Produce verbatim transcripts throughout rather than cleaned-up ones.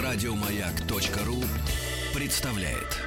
Радиомаяк.ру представляет.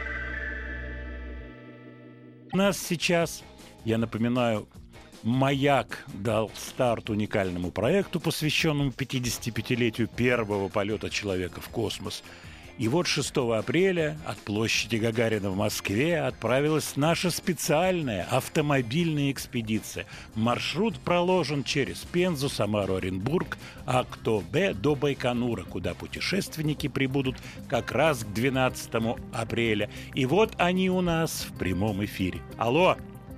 У нас сейчас, я напоминаю, «Маяк» дал старт уникальному проекту, посвященному пятидесятипятилетию первого полета человека в космос. И вот шестого апреля от площади Гагарина в Москве отправилась наша специальная автомобильная экспедиция. Маршрут проложен через Пензу, Самару, Оренбург, Актобе до Байконура, куда путешественники прибудут как раз к двенадцатому апреля. И вот они у нас в прямом эфире. Алло!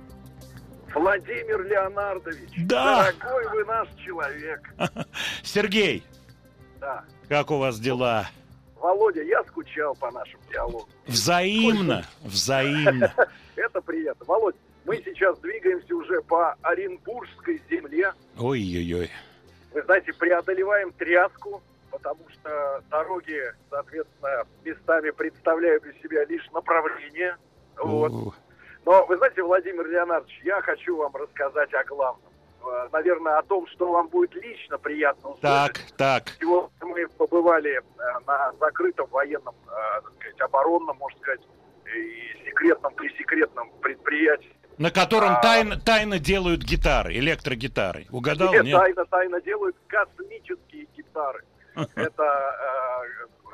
Владимир Леонардович, да. Дорогой вы наш человек. Сергей, да. Как у вас дела? Володя, я скучал по нашему диалогу. Взаимно, взаимно. Это приятно. Володь, мы сейчас двигаемся уже по Оренбургской земле. Ой-ой-ой. Вы знаете, преодолеваем тряску, потому что дороги, соответственно, местами представляют из себя лишь направление. Вот. Но, вы знаете, Владимир Леонардович, я хочу вам рассказать о главном. Наверное, о том, что вам будет лично приятно услышать. Так, так. Сегодня мы побывали на закрытом военном, так сказать, оборонном, можно сказать, и секретном, пресекретном предприятии. На котором а, тайно, тайно делают гитары, электрогитары. Угадал, нет? Тайно, тайно делают космические гитары. Это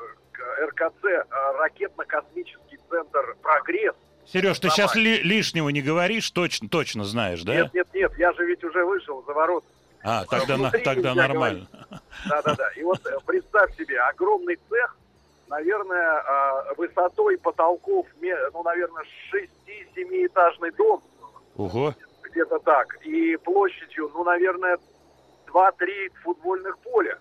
эр ка цэ, ракетно-космический центр «Прогресс». Сереж, ты сейчас ли, лишнего не говоришь, точно, точно знаешь, да? Нет, нет, нет, я же ведь уже вышел за ворота. А, тогда, на, тогда нормально. Да-да-да. И вот представь себе, огромный цех, наверное, высотой потолков, ну, наверное, шести-семиэтажный дом. Ого. Где-то так. И площадью, ну, наверное, два-три футбольных поля,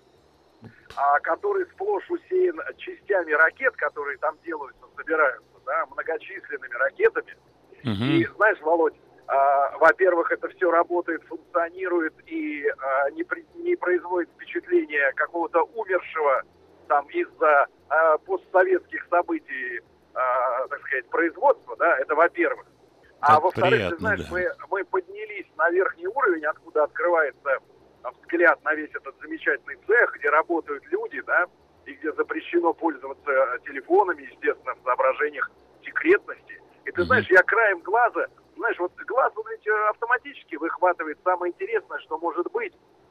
а который сплошь усеян частями ракет, которые там делаются, собираются. Да, многочисленными ракетами. Uh-huh. И знаешь, Володь, а, во-первых, это все работает, функционирует и а, не, при, не производит впечатления какого-то умершего там из-за а, постсоветских событий, а, так сказать, производства, да, это во-первых. А так во-вторых, приятно, ты знаешь, да. мы, мы поднялись на верхний уровень, откуда открывается взгляд на весь этот замечательный цех, где работают люди, да, и где запрещено пользоваться телефонами, естественно, в соображениях секретности. И ты знаешь, я краем глаза, знаешь, вот глаз, он ведь автоматически выхватывает самое интересное, что может быть.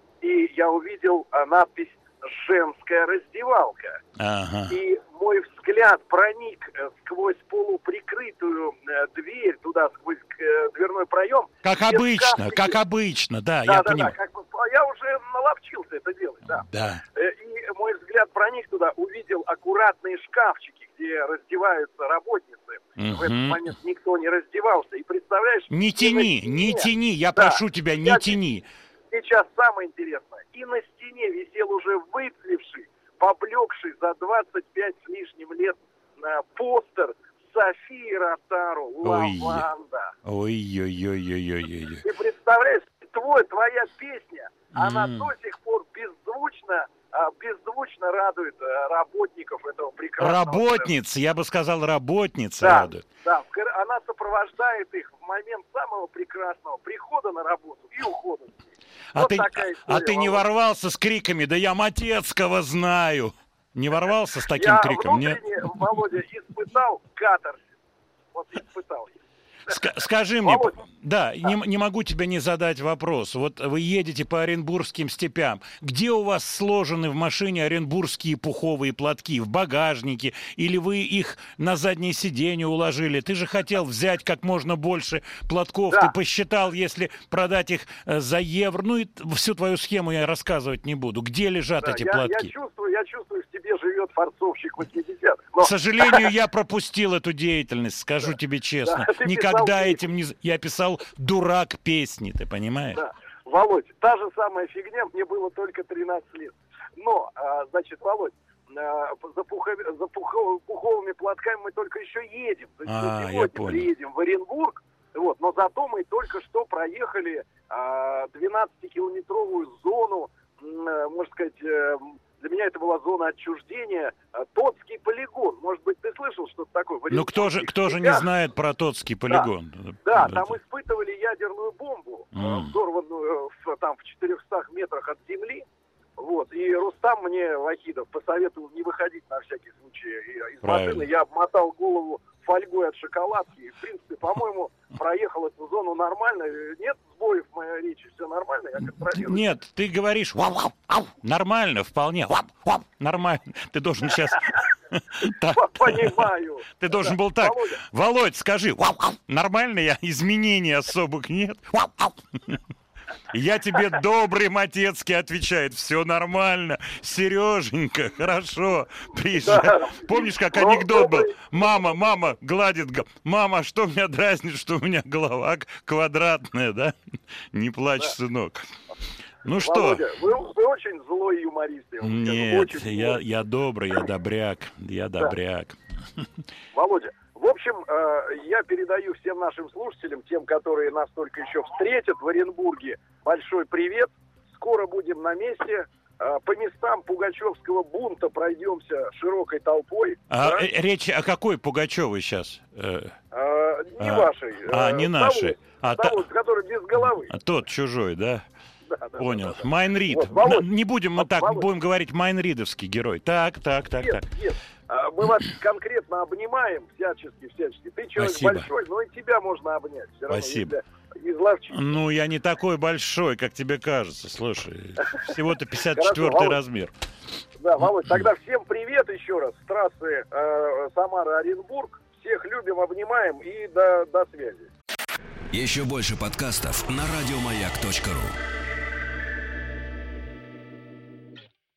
И я увидел а, надпись «Женская раздевалка». Ага. И мой взгляд проник э, сквозь полуприкрытую э, дверь, туда, сквозь э, дверной проем. Как обычно, шкафчики. как обычно, да, да я да, понимаю. Да, как, я уже наловчился это делать, да. Да. И мой взгляд проник туда, увидел аккуратные шкафчики, где раздеваются работницы. Угу. В этот момент никто не раздевался. И представляешь... Не тяни, стене, не тяни, я да, прошу тебя, не я тяни. Сейчас самое интересное. И на стене висел уже выцвевший, поблекший за двадцать пять с лишним лет э, постер Софии Ротару «Лаванда». Ой-ой-ой-ой-ой-ой. Ты представляешь, твой, твоя песня, mm. она до сих пор беззвучно, беззвучно радует работников этого прекрасного... Работниц, центра. Я бы сказал, работниц да, радует. Да, она сопровождает их в момент самого прекрасного прихода на работу и ухода. А вот ты, история, а ты не ворвался с криками «Да я Матецкого знаю!» Не ворвался с таким я криком? Я внутренне, Володя, испытал катарсис. Вот испытал. Ск- скажи мне, Володя, да, да. Не, не могу тебе не задать вопрос. Вот вы едете по Оренбургским степям. Где у вас сложены в машине оренбургские пуховые платки? В багажнике? Или вы их на заднее сиденье уложили? Ты же хотел взять как можно больше платков. Да. Ты посчитал, если продать их за евро. Ну и всю твою схему я рассказывать не буду. Где лежат да, эти я, платки? Я чувствую, я чувствую, в тебе живет форцовщик восьмидесятых. Но... К сожалению, я пропустил эту деятельность, скажу да. тебе честно. Да, Никогда этим не... Я писал «Дурак песни», ты понимаешь? Да. Володь, та же самая фигня, мне было только тринадцать лет. Но, а, значит, Володь, а, за, пухов... за пухов... пуховыми платками мы только еще едем. То есть а, мы сегодня приедем в Оренбург, вот, но зато мы только что проехали а, двенадцатикилометровую зону, а, можно сказать... Для меня это была зона отчуждения, Тотский полигон. Может быть, ты слышал что-то такое? Ну, кто же, кто же не знает про Тотский полигон? Да, да, там испытывали ядерную бомбу, mm. взорванную в, там, в четырехстах метрах от земли. Вот. И Рустам мне, Вахидов, посоветовал не выходить на всякий случай из Правильно. машины. Я обмотал голову фольгой от шоколадки. И, в принципе, по-моему, проехал эту зону нормально. Нет сбоев в моей речи? Все нормально? Я контролирую. Нет, ты говоришь нормально, вполне. Нормально. Ты должен сейчас... Понимаю. Ты должен был так. Володь, скажи, нормально я? Изменений особых нет? Я тебе добрый матецкий отвечает, все нормально, Сереженька, хорошо, приезжай. Да. Помнишь, как анекдот был? Мама, мама гладит, мама, что меня дразнит, что у меня голова квадратная, да? Не плачь, да. Сынок. Ну Володя, что? Вы, вы очень злой юморист. Я Нет, очень я, злой. я добрый, я добряк, я добряк. Да. Володя, в общем, я передаю всем нашим слушателям, тем, которые нас только еще встретят в Оренбурге, большой привет. Скоро будем на месте. По местам Пугачевского бунта пройдемся широкой толпой. А да? Речь о какой Пугачевой сейчас? А, не а, вашей. А, не нашей. А того, та... который без головы. Тот чужой, да? Да, да, Понял. Да, да, да. Майнрид. Вот, Володь, не будем мы так, Володь. будем говорить майнридовский герой. Так, так, так, нет, так. Нет. Мы вас конкретно обнимаем всячески, всячески. Ты человек Спасибо. большой, но и тебя можно обнять. Все Спасибо. Равно, ну, я не такой большой, как тебе кажется. Слушай, всего-то пятьдесят четвёртый размер. Да, Володь, тогда всем привет еще раз с трассы э, Самара-Оренбург. Всех любим, обнимаем и до, до связи. Еще больше подкастов на радиомаяк точка ру.